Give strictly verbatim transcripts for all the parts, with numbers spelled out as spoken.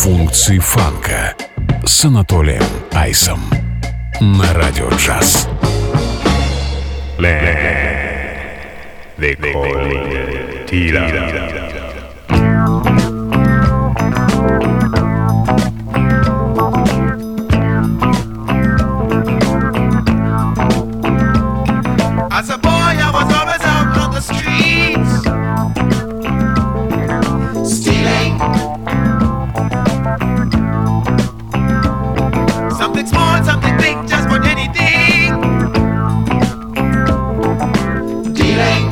функции фанка с Анатолием Айсом на Радио Джаз. They call me Tira. As a boy, I was always out on the streets, stealing something small, something big, just about anything. Dealing.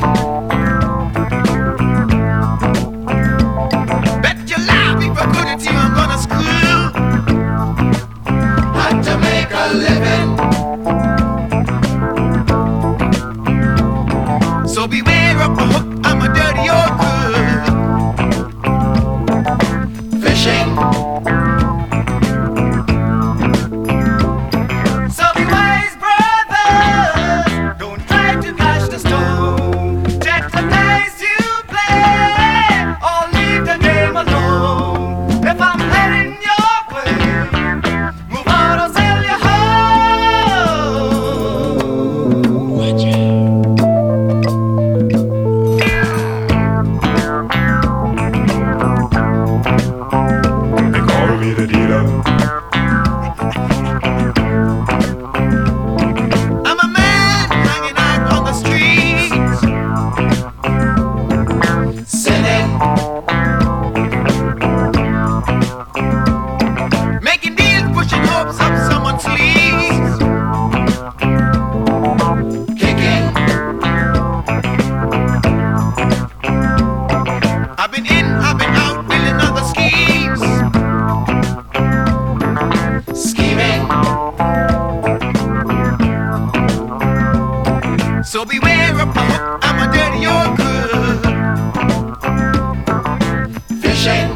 Bet your life if I couldn't see I'm gonna school. Had to make a living. So beware of a hook, I'm a dirty old good. Fishing. So be wise, brothers. Don't try to catch the stone. Check the dice you play, or leave the game alone. If I'm heading your way, move on or sell your home. Watch out. I'm a man hanging out on the streets, sinning, making deals, pushing hopes up someone's sleeves, kicking. I've been in, I've been out, building other schemes, scheming. So beware of the hook, I'm a dirty old good. Fishing.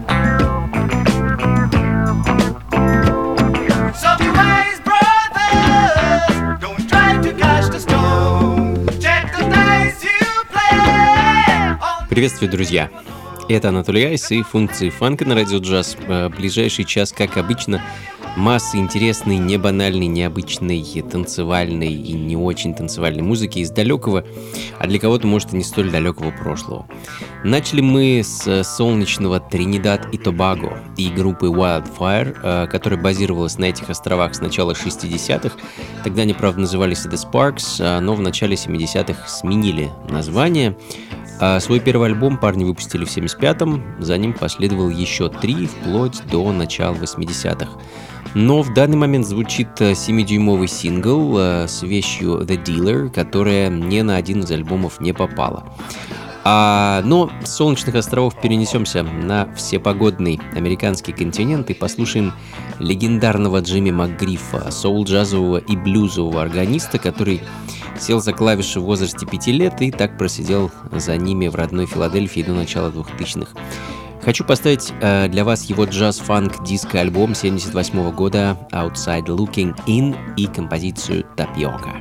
So be wise, brothers. Don't try to catch the stone. Check the dice you play. Приветствую, друзья! Это Анатолий Айс и функции фанка на Радио Джаз. Ближайший час, как обычно, масса интересной, небанальной, необычной, танцевальной и не очень танцевальной музыки из далекого, а для кого-то, может, и не столь далекого прошлого. Начали мы с солнечного Тринидад и Тобаго и группы Wildfire, которая базировалась на этих островах с начала шестидесятых. Тогда они, правда, назывались The Sparks, но в начале семидесятых сменили название. А свой первый альбом парни выпустили в семьдесят пятом, за ним последовал еще три, вплоть до начала восьмидесятых. Но в данный момент звучит семидюймовый сингл с вещью The Dealer, которая ни на один из альбомов не попала. А, но с солнечных островов перенесемся на всепогодный американский континент и послушаем легендарного Джимми МакГрифа, соул-джазового и блюзового органиста, который сел за клавиши в возрасте пяти лет и так просидел за ними в родной Филадельфии до начала двухтысячных. Хочу поставить э, для вас его джаз-фанк-диско-альбом семьдесят восьмого года Outside Looking In и композицию «Тапиока».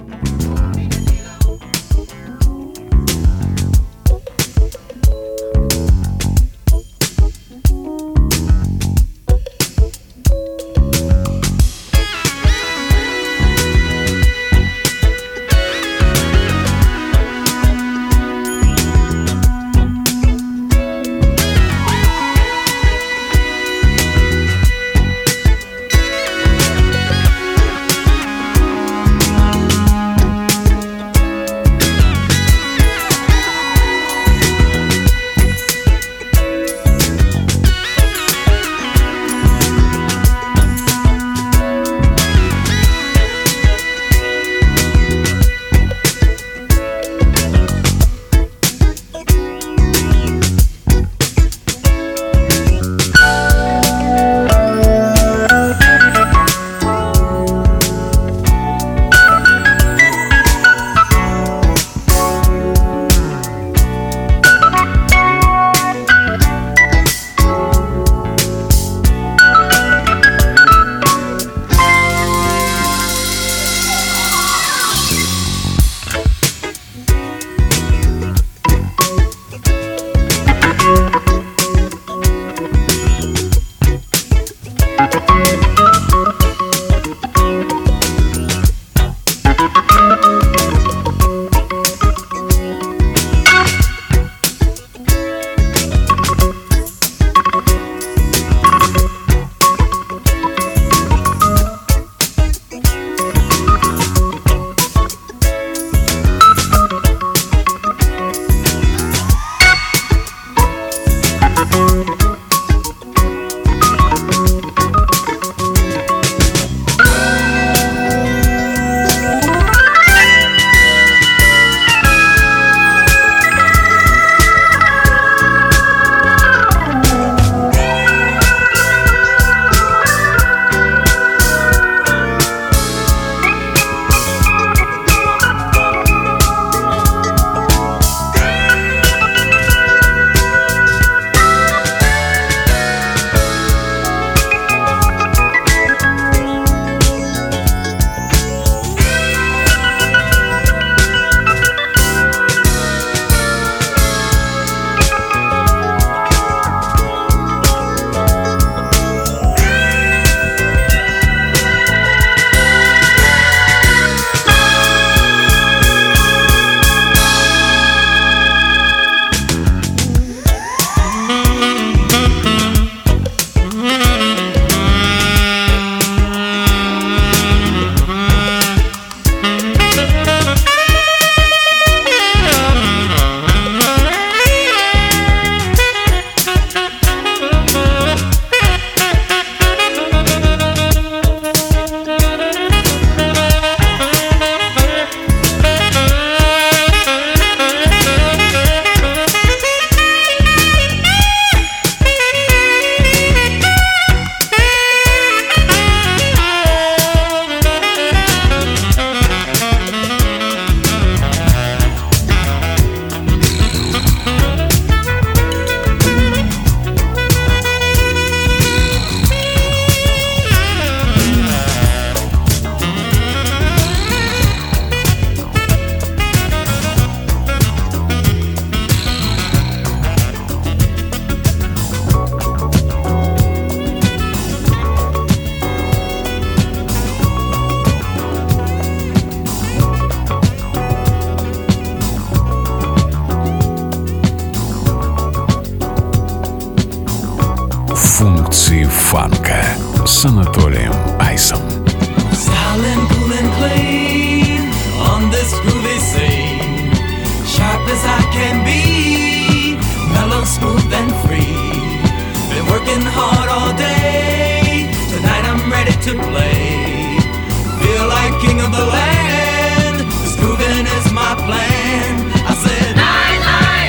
Функции фанка с Анатолием Айсом. Styling, cool and clean on this groovy scene. Sharp as I can be, mellow, smooth and free. Been working hard all day. Tonight I'm ready to play. Feel like king of the land. This grooving is my plan. I said, night,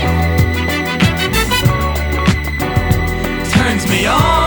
night. Turns me on.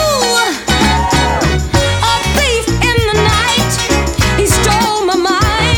My mind.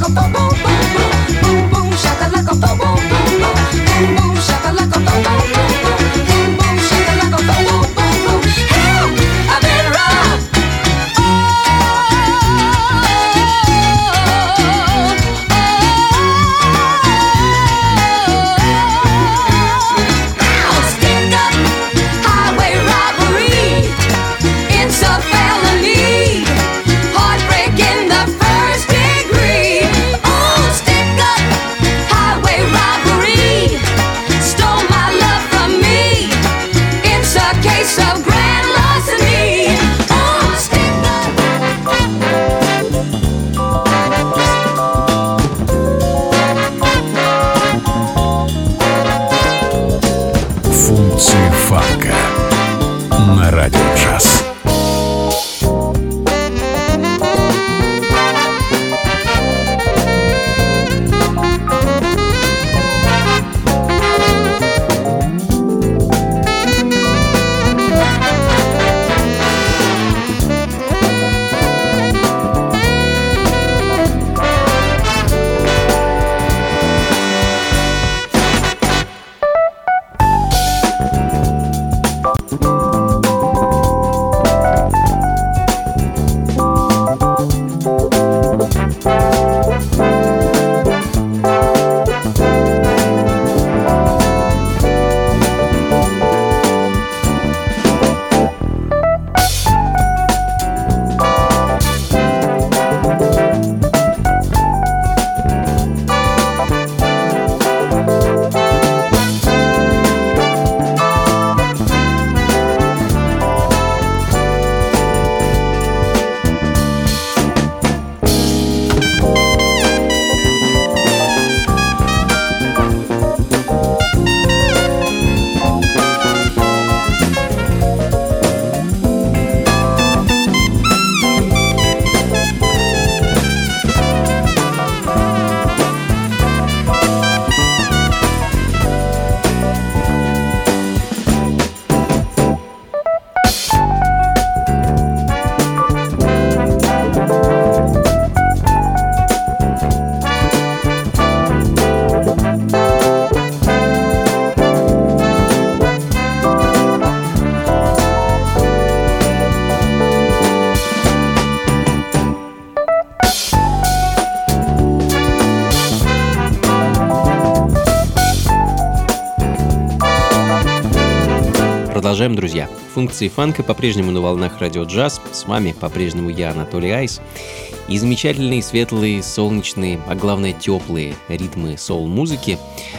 Продолжаем, друзья. Функции фанка по-прежнему на волнах Радио Джаз. С вами по-прежнему я, Анатолий Айс. И замечательные, светлые, солнечные, а главное теплые ритмы соул-музыки.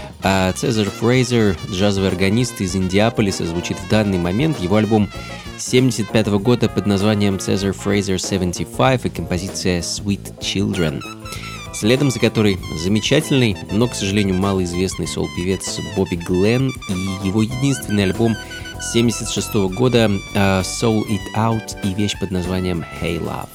А Цезарь Фрейзер, джазовый органист из Индиаполиса, звучит в данный момент. Его альбом семьдесят пятого года под названием Цезарь Фрейзер семьдесят пять и композиция Sweet Children. Следом за которой замечательный, но, к сожалению, малоизвестный соул-певец Бобби Гленн и его единственный альбом семьдесят шестого года uh, Soul It Out и вещь под названием Hey Love.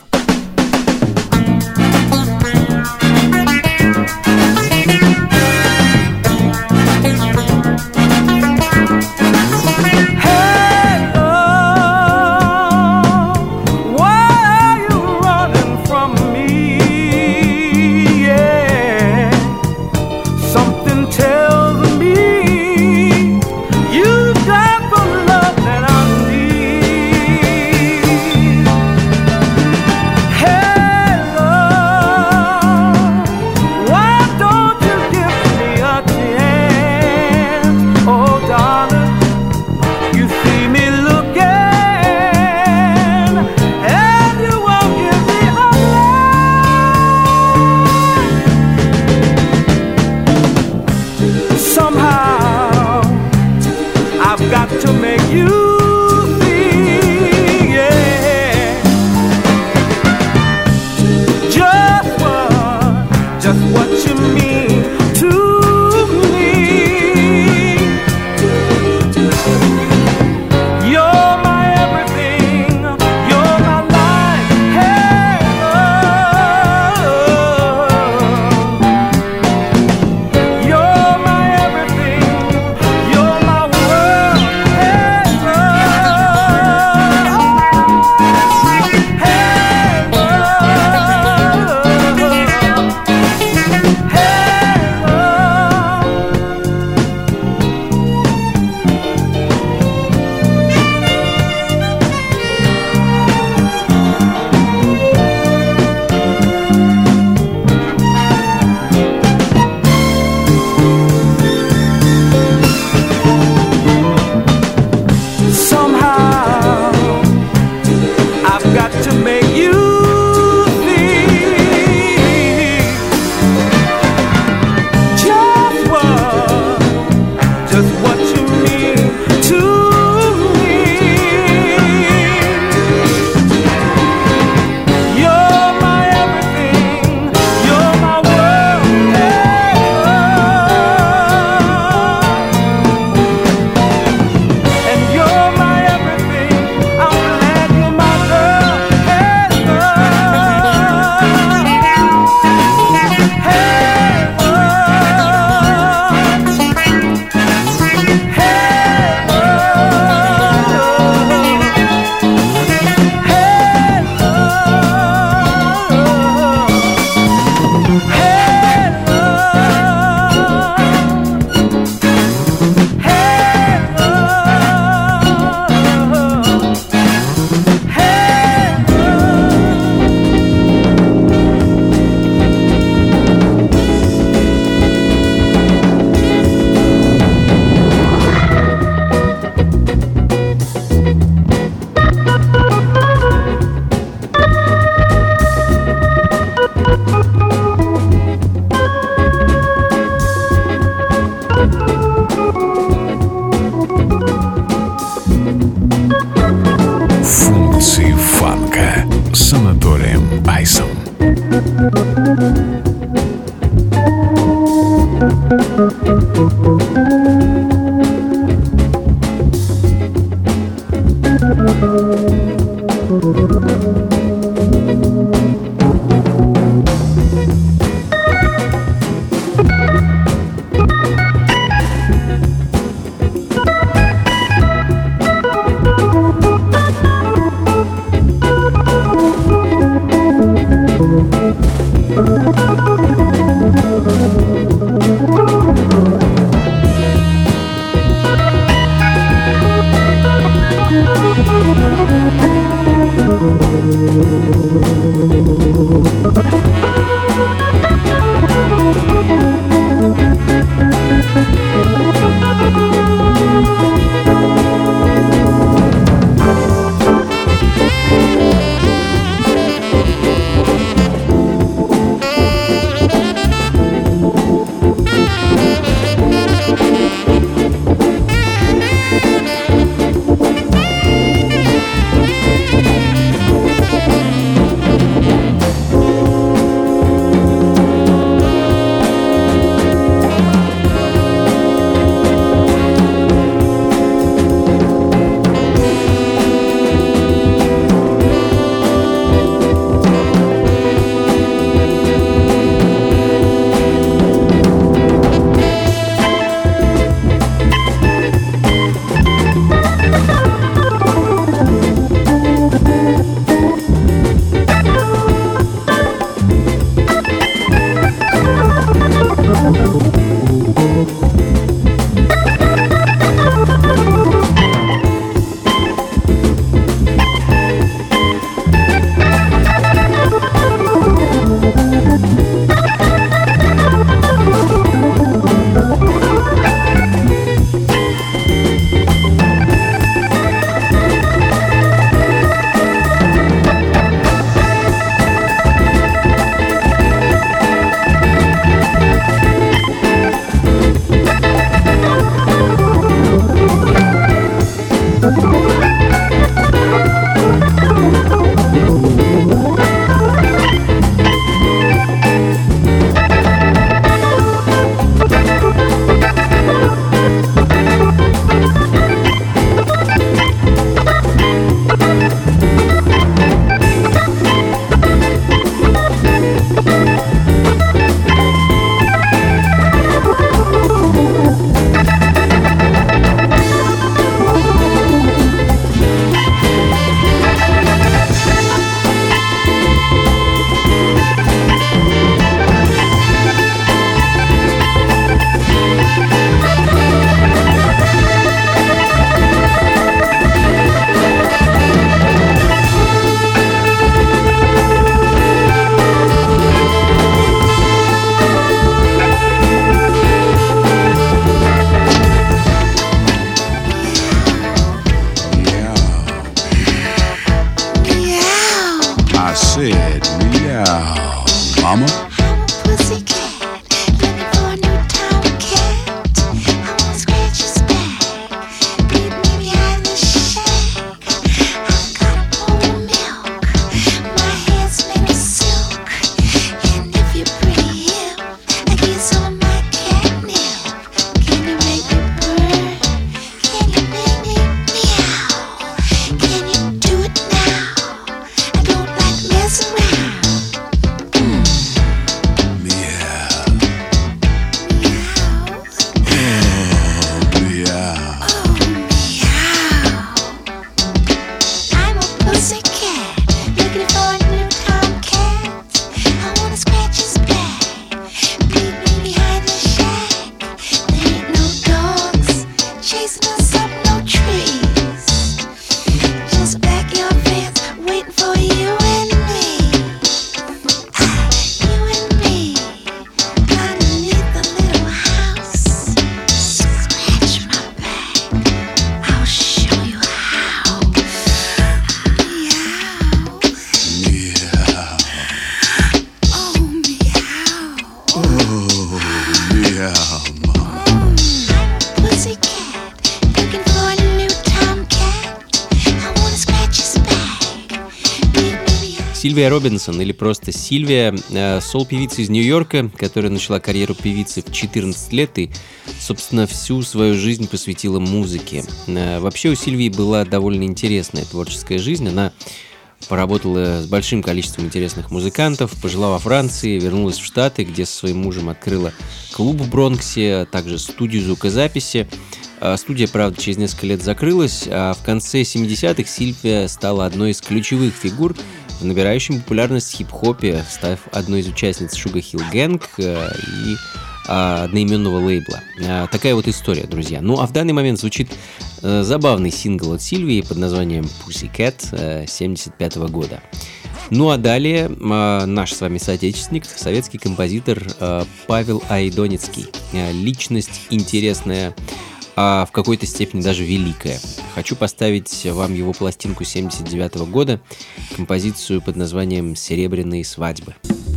Сильвия Робинсон, или просто Сильвия, сол-певица из Нью-Йорка, которая начала карьеру певицы в четырнадцать лет и, собственно, всю свою жизнь посвятила музыке. Вообще у Сильвии была довольно интересная творческая жизнь. Она поработала с большим количеством интересных музыкантов, пожила во Франции, вернулась в Штаты, где со своим мужем открыла клуб в Бронксе, а также студию звукозаписи. Студия, правда, через несколько лет закрылась, а в конце семидесятых Сильвия стала одной из ключевых фигур в набирающем популярность хип-хопе, став одной из участниц Sugar Hill Gang и одноименного лейбла. Такая вот история, друзья. Ну, а в данный момент звучит забавный сингл от Сильвии под названием Pussycat семьдесят пятого года. Ну а далее наш с вами соотечественник, советский композитор Павел Айдоницкий. Личность интересная, а в какой-то степени даже великая. Хочу поставить вам его пластинку семьдесят девятого года, композицию под названием «Серебряные свадьбы».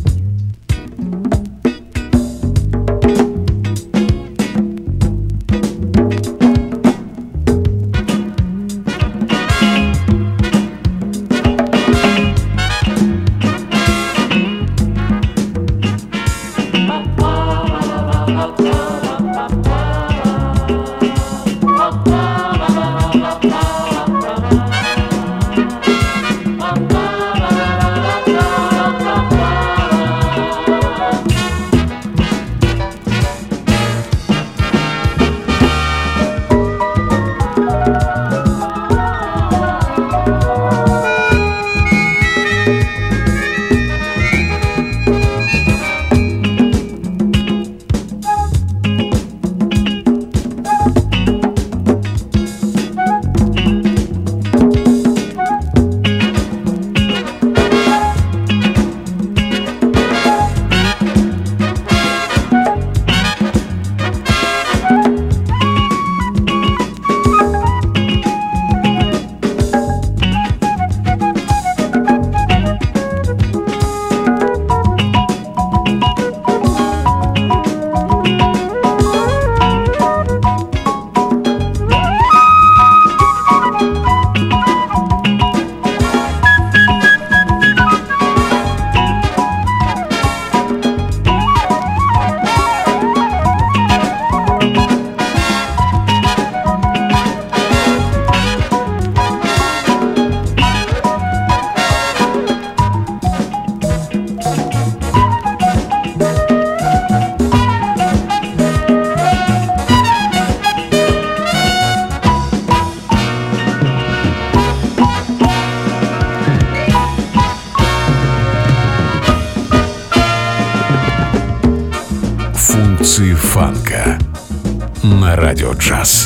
Фанка на радио джаз.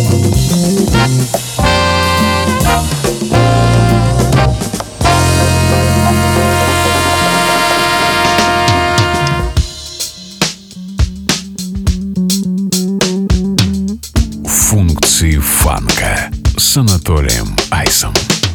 Функции фанка с Анатолием Айсом.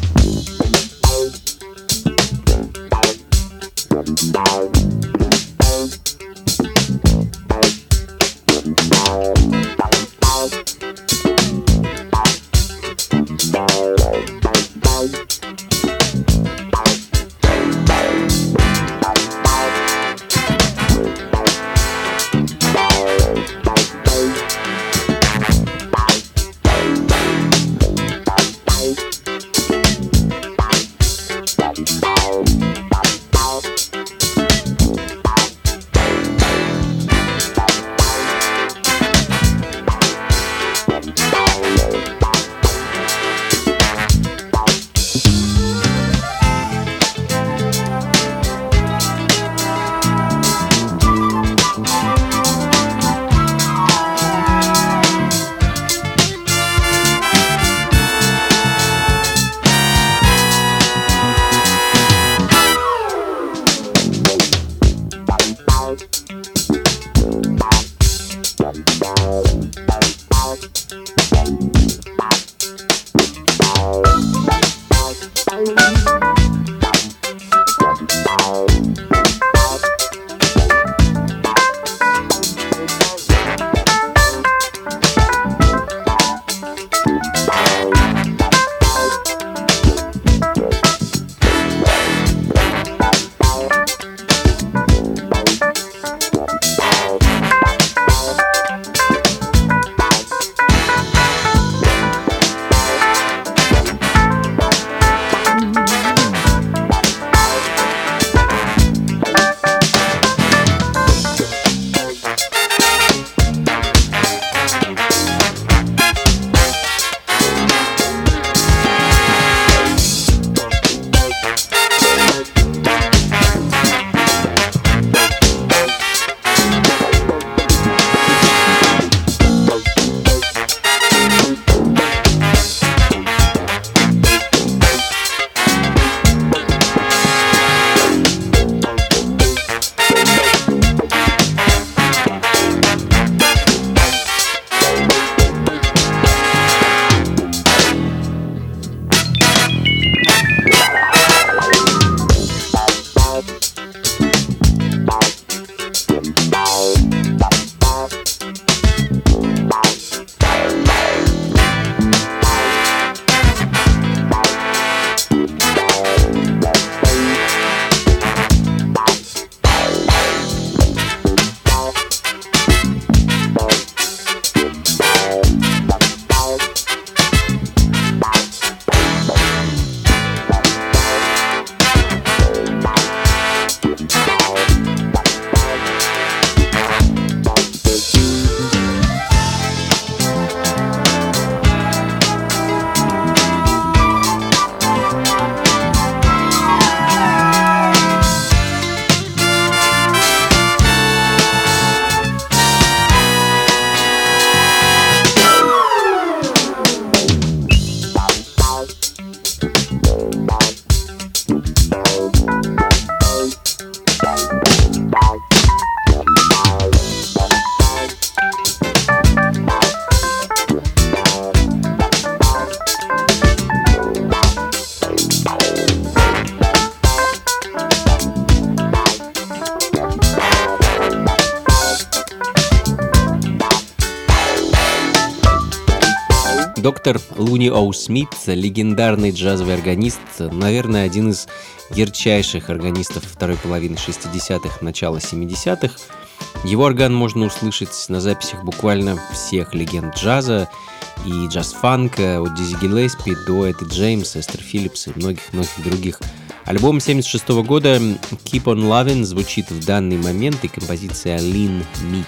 Доктор Луни Оу Смит, легендарный джазовый органист, наверное, один из ярчайших органистов второй половины шестидесятых, начала семидесятых. Его орган можно услышать на записях буквально всех легенд джаза и джаз-фанка, от Дизи Гиллеспи до Эдди Джеймса, Эстер Филлипс и многих-многих других. Альбом семьдесят шестого года «Keep on Lovin'» звучит в данный момент, и композиция «Lean Meat».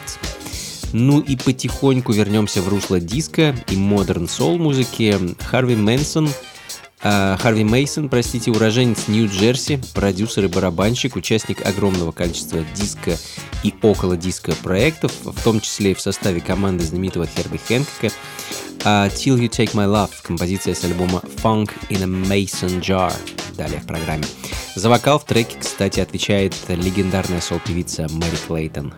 Ну и потихоньку вернемся в русло диска и модерн соул музыки. Харви Мэнсон Харви Мейсон, простите, уроженец Нью-Джерси, продюсер и барабанщик, участник огромного количества диско и около диско проектов, в том числе и в составе команды знаменитого Херби Хэнкока. Till You Take My Love, композиция с альбома Funk in a Mason Jar, далее в программе. За вокал в треке, кстати, отвечает легендарная сол-певица Мэри Клейтон.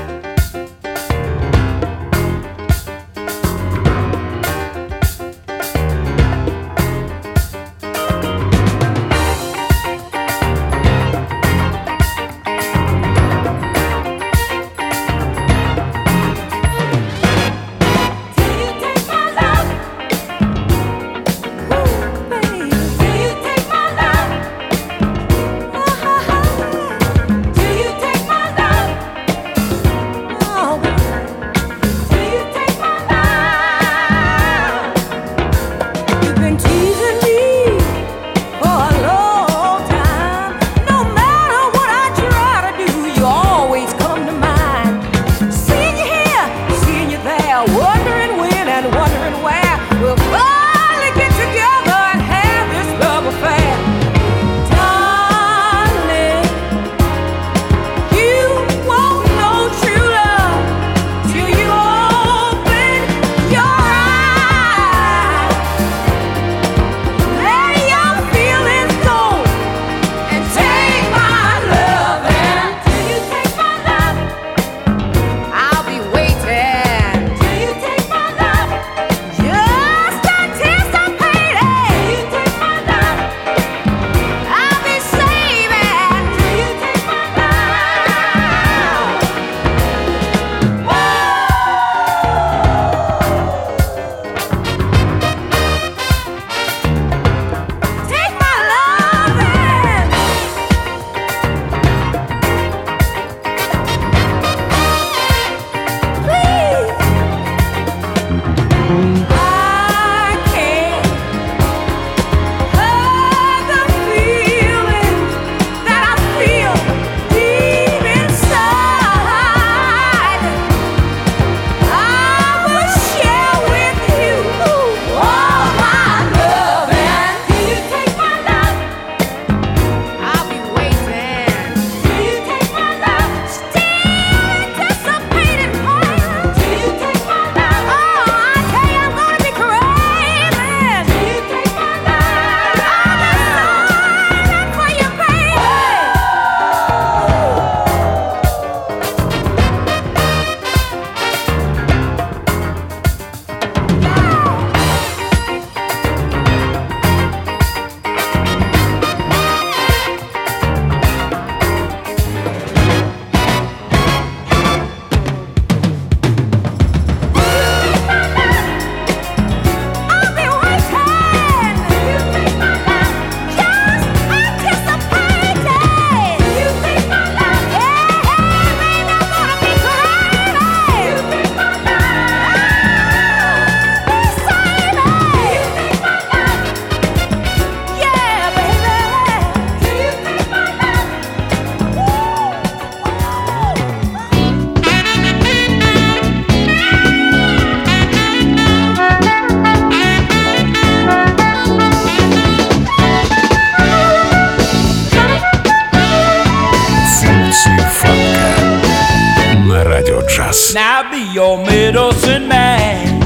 Now be your medicine man.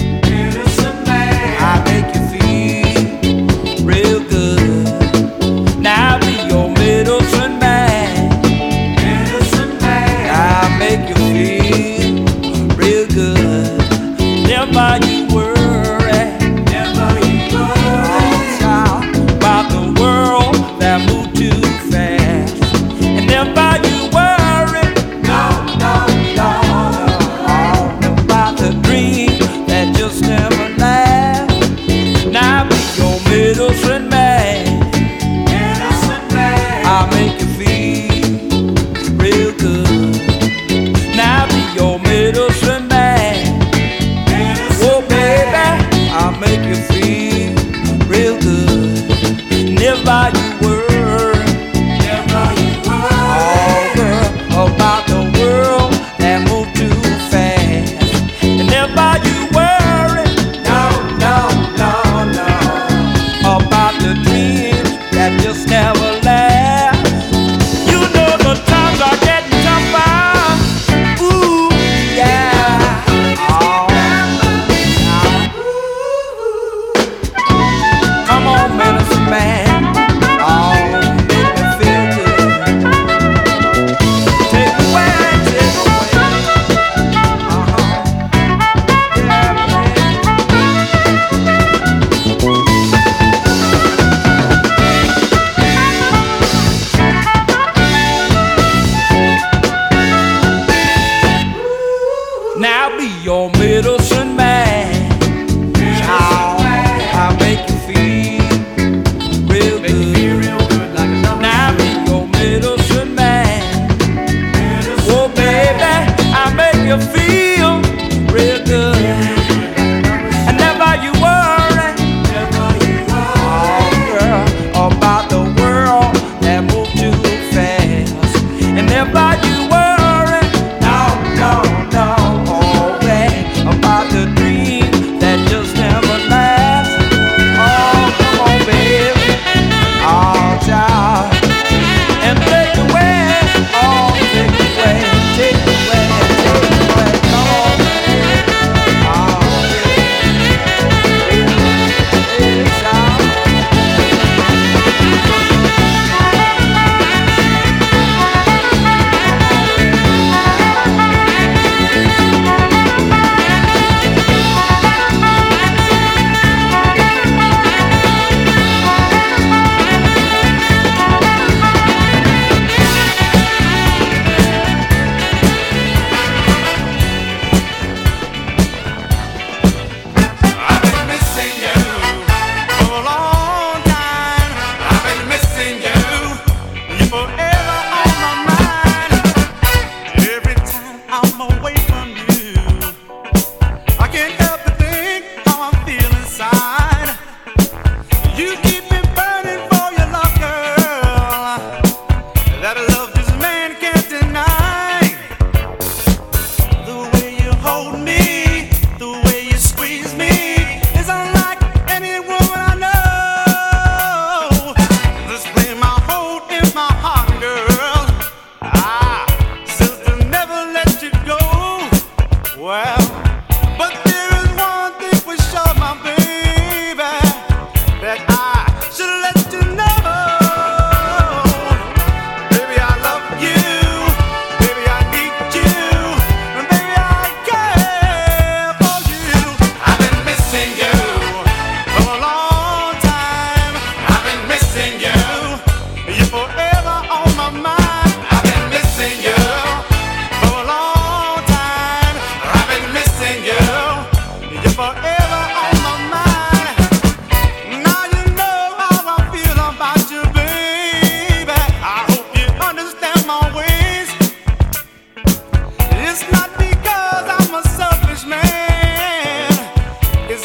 Medicine man. I make you feel real good. Now be your medicine man. Medicine man. I make you feel real good. Never you worry. Never you worry. Child, about the world that moved too fast. And never you worry. No, no, no.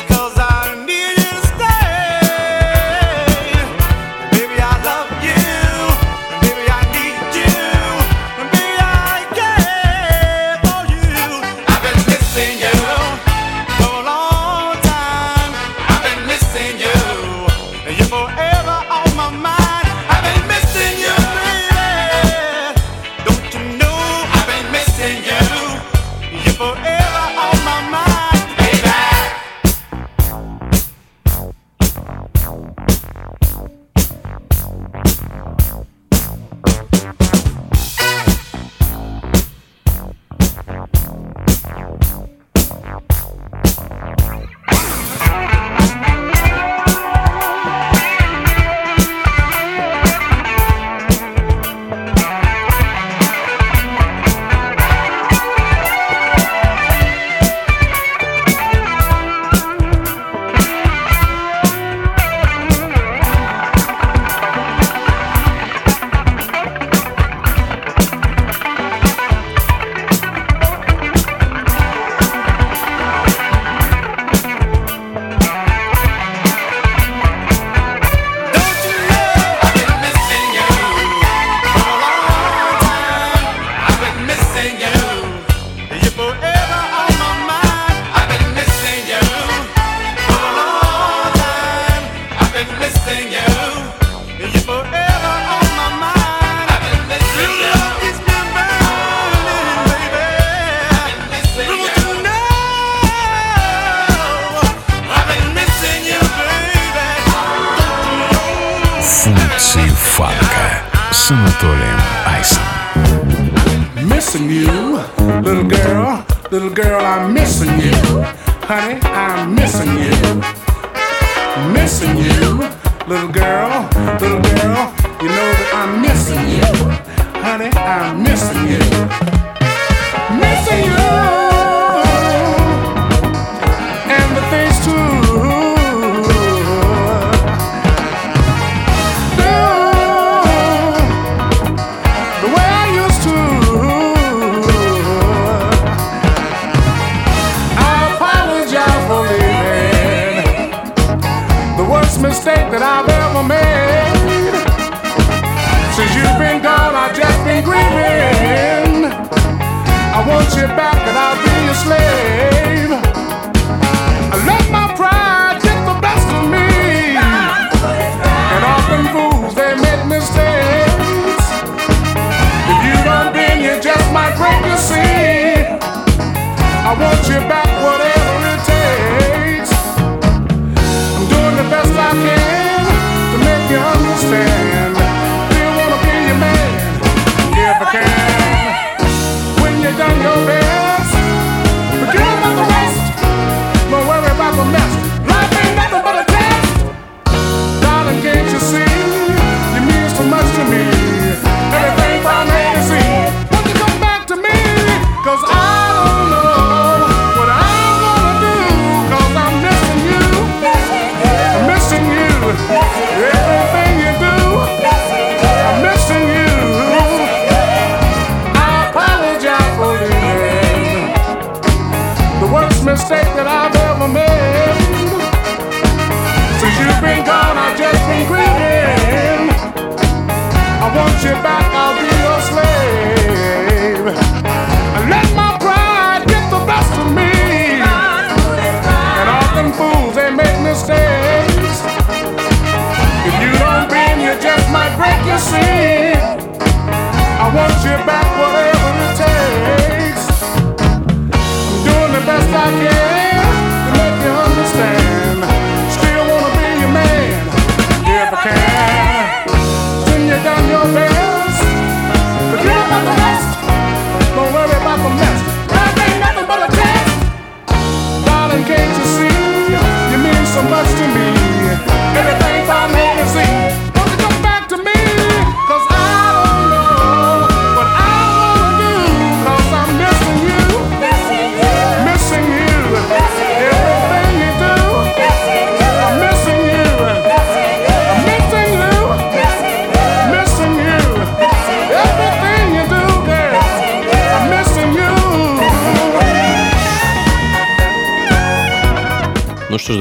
Функции фанка с Анатолием Айсом. Missing you, little girl, little girl, I'm missing you. Honey, I'm missing you. Missing you, little girl, little girl, you know that I'm missing you. Honey, I'm missing you. Missing you. And the things too. Mistake that I've ever made. Since you've been gone, I've just been grieving. I want you back and I'll be your slave. I let my pride get the best of me. And often fools, they make mistakes. If you don't bend, you just might break your seat. I want you back, whatever it takes. The best I can to make you understand. Still wanna be your man, if I can. When you've done your best, forget about the rest. Don't worry about the mess. Life ain't nothing but a test. Darling, can't you see? You mean so much to me. Everything from A to Z. Won't you come back to me? Cause I don't know what I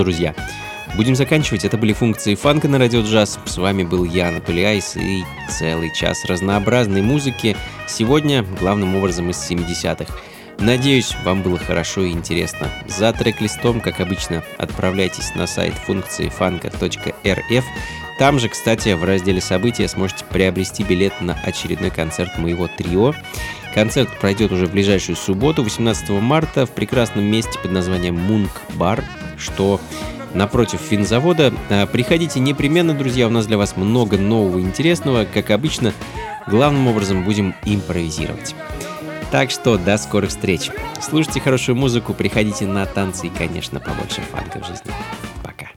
друзья, будем заканчивать. Это были функции фанка на Радио Джаз. С вами был я, Анатолий Айс, и целый час разнообразной музыки. Сегодня главным образом из семидесятых. Надеюсь, вам было хорошо и интересно. За трек-листом, как обычно, отправляйтесь на сайт функции фанка точка эр эф. Там же, кстати, в разделе «События» сможете приобрести билет на очередной концерт моего трио. Концерт пройдет уже в ближайшую субботу, восемнадцатого марта, в прекрасном месте под названием Мунк Бар, что напротив финзавода. Приходите непременно, друзья, у нас для вас много нового и интересного. Как обычно, главным образом будем импровизировать. Так что до скорых встреч. Слушайте хорошую музыку, приходите на танцы и, конечно, побольше фанка в жизни. Пока.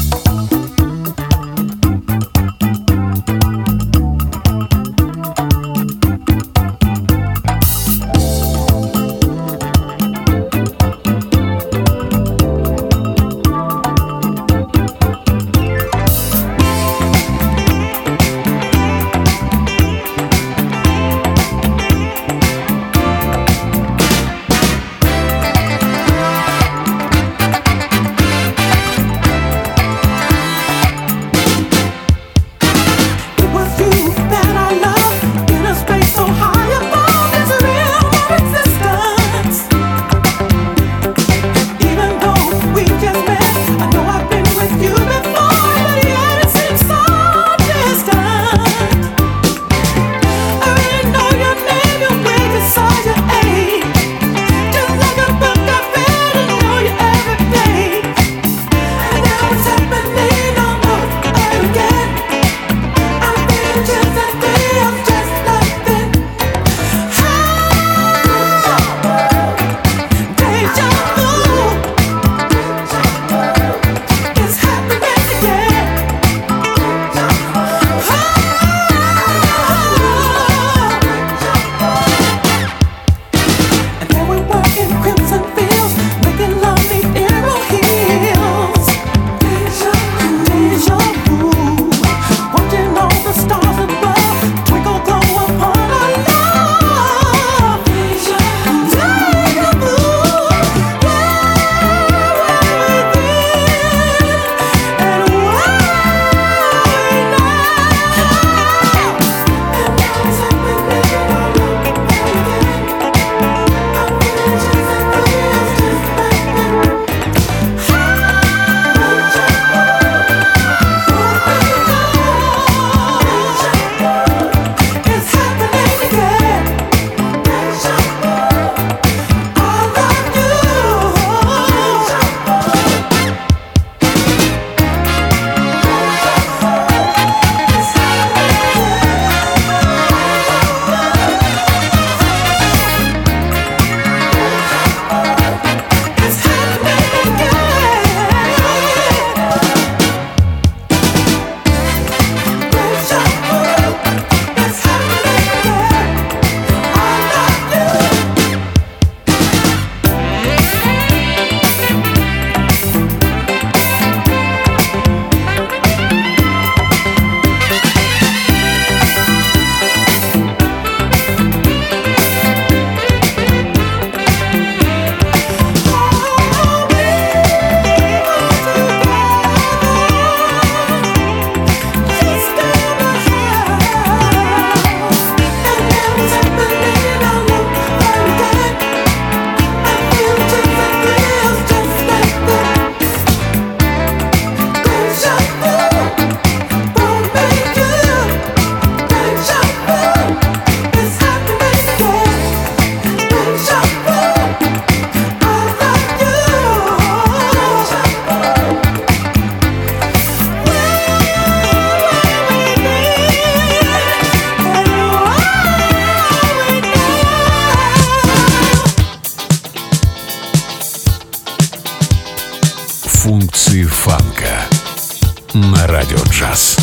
Функции фанка на Радио Джаз.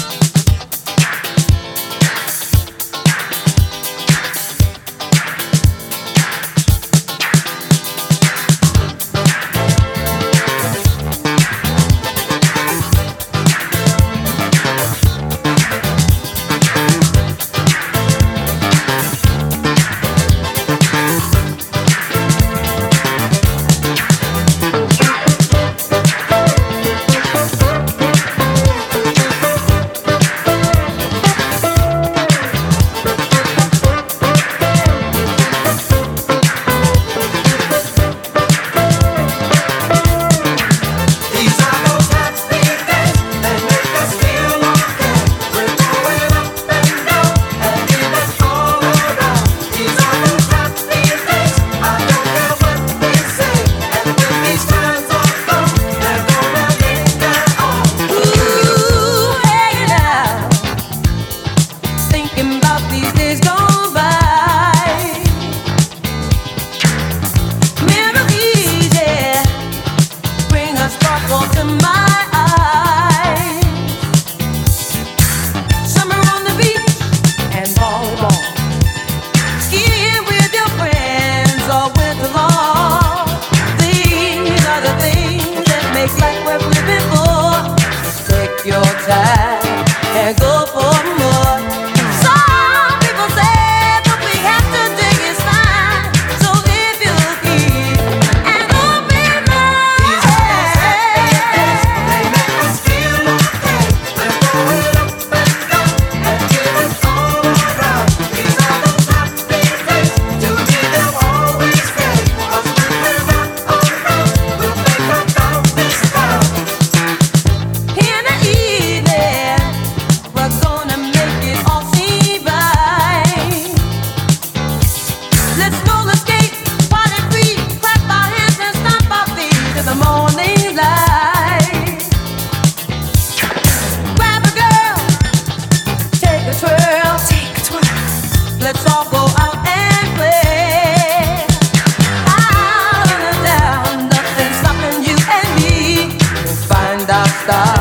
stop, stop.